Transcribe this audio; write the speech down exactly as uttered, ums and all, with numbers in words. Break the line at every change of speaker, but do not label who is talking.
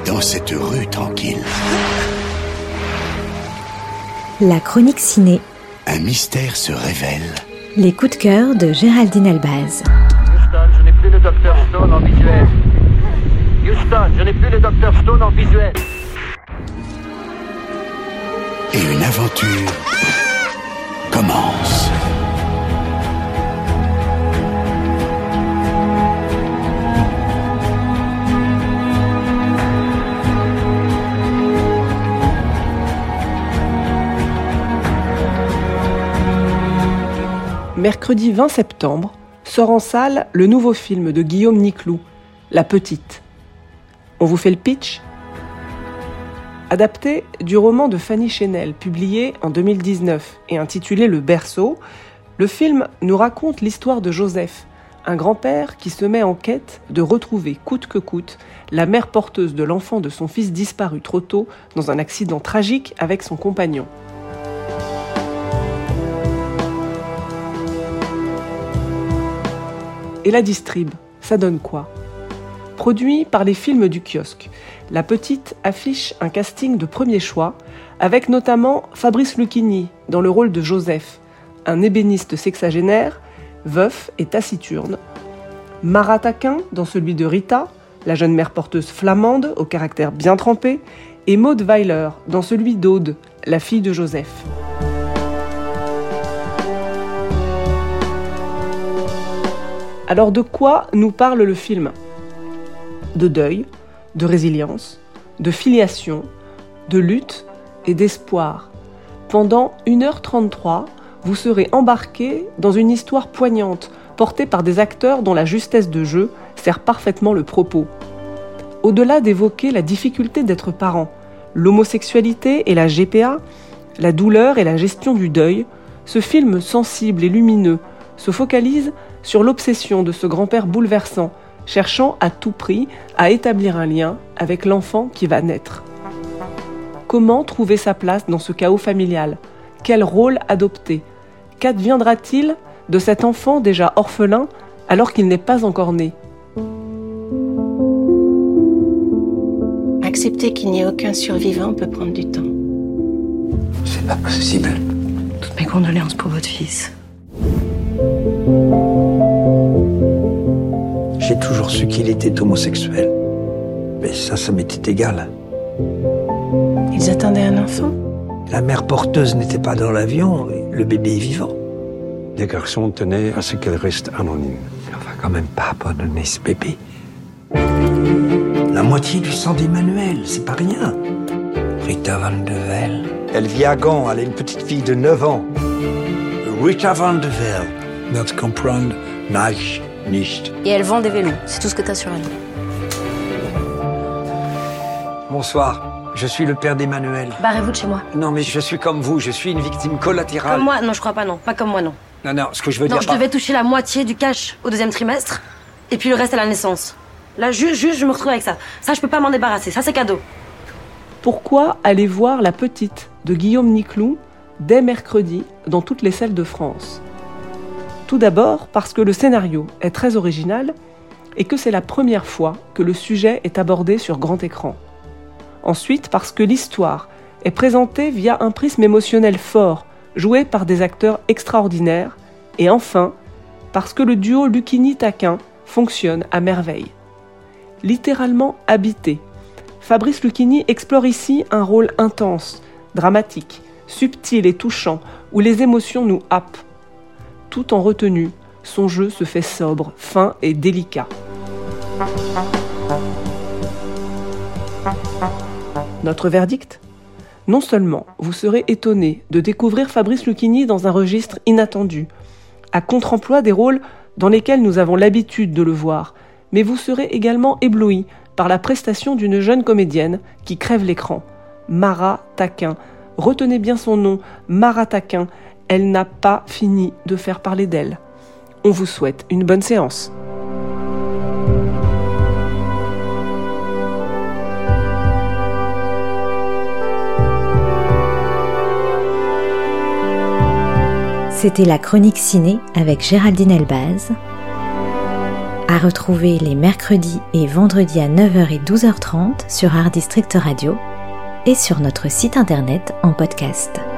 dans cette rue tranquille.
La chronique ciné.
Un mystère se révèle.
Les coups de cœur de Géraldine Elbaz.
Houston, je n'ai plus le docteur Stone en visuel. Houston, je n'ai plus le docteur Stone en visuel.
Et une aventure commence.
Mercredi vingt septembre, sort en salle le nouveau film de Guillaume Niclou, La Petite. On vous fait le pitch ? Adapté du roman de Fanny Chenel, publié en deux mille dix-neuf et intitulé Le Berceau, le film nous raconte l'histoire de Joseph, un grand-père qui se met en quête de retrouver coûte que coûte la mère porteuse de l'enfant de son fils disparu trop tôt dans un accident tragique avec son compagnon. Et la distrib, ça donne quoi ? Produit par les films du kiosque, La Petite affiche un casting de premier choix, avec notamment Fabrice Lucchini dans le rôle de Joseph, un ébéniste sexagénaire, veuf et taciturne, Mara Taquin dans celui de Rita, la jeune mère porteuse flamande au caractère bien trempé, et Maud Weiler dans celui d'Aude, la fille de Joseph. Alors de quoi nous parle le film ? De deuil, de résilience, de filiation, de lutte et d'espoir. Pendant une heure trente-trois, vous serez embarqués dans une histoire poignante, portée par des acteurs dont la justesse de jeu sert parfaitement le propos. Au-delà d'évoquer la difficulté d'être parent, l'homosexualité et la G P A, la douleur et la gestion du deuil, ce film sensible et lumineux se focalise sur l'obsession de ce grand-père bouleversant, cherchant à tout prix à établir un lien avec l'enfant qui va naître. Comment trouver sa place dans ce chaos familial ? Quel rôle adopter ? Qu'adviendra-t-il de cet enfant déjà orphelin alors qu'il n'est pas encore né ?
Accepter qu'il n'y ait aucun survivant peut prendre du temps.
C'est pas possible.
Toutes mes condoléances pour votre fils.
J'ai toujours su qu'il était homosexuel. Mais ça, ça m'était égal.
Ils attendaient un enfant ?
La mère porteuse n'était pas dans l'avion, le bébé est vivant.
Les garçons tenaient à ce qu'elle reste anonyme.
On va quand même pas abandonner ce bébé. La moitié du sang d'Emmanuel, c'est pas rien. Rita Van de Velde. Elle vit à Gand, elle a une petite fille de neuf ans. Rita Van de Velde. Das comprendre, nage, nicht.
Et elle vend des vélos, c'est tout ce que t'as sur elle.
Bonsoir, je suis le père d'Emmanuel.
Barrez-vous de chez moi.
Non, mais je suis comme vous, je suis une victime collatérale.
Comme moi ? Non, je crois pas, non. Pas comme moi, non.
Non, non, ce que je veux
non,
dire...
je
pas...
devais toucher la moitié du cash au deuxième trimestre, et puis le reste à la naissance. Là, juste, juste, je me retrouve avec ça. Ça, je peux pas m'en débarrasser, ça, c'est cadeau.
Pourquoi aller voir La Petite de Guillaume Niclou dès mercredi dans toutes les salles de France ? Tout d'abord parce que le scénario est très original et que c'est la première fois que le sujet est abordé sur grand écran. Ensuite parce que l'histoire est présentée via un prisme émotionnel fort, joué par des acteurs extraordinaires. Et enfin, parce que le duo Lucchini-Taquin fonctionne à merveille. Littéralement habité, Fabrice Lucchini explore ici un rôle intense, dramatique, subtil et touchant, où les émotions nous happent. Tout en retenue, son jeu se fait sobre, fin et délicat. Notre verdict ? Non seulement vous serez étonné de découvrir Fabrice Lucchini dans un registre inattendu, à contre-emploi des rôles dans lesquels nous avons l'habitude de le voir, mais vous serez également ébloui par la prestation d'une jeune comédienne qui crève l'écran, Mara Taquin. Retenez bien son nom, Mara Taquin. Elle n'a pas fini de faire parler d'elle. On vous souhaite une bonne séance.
C'était la chronique ciné avec Géraldine Elbaz, À retrouver les mercredis et vendredis à neuf heures et douze heures trente sur Art District Radio et sur notre site internet en podcast.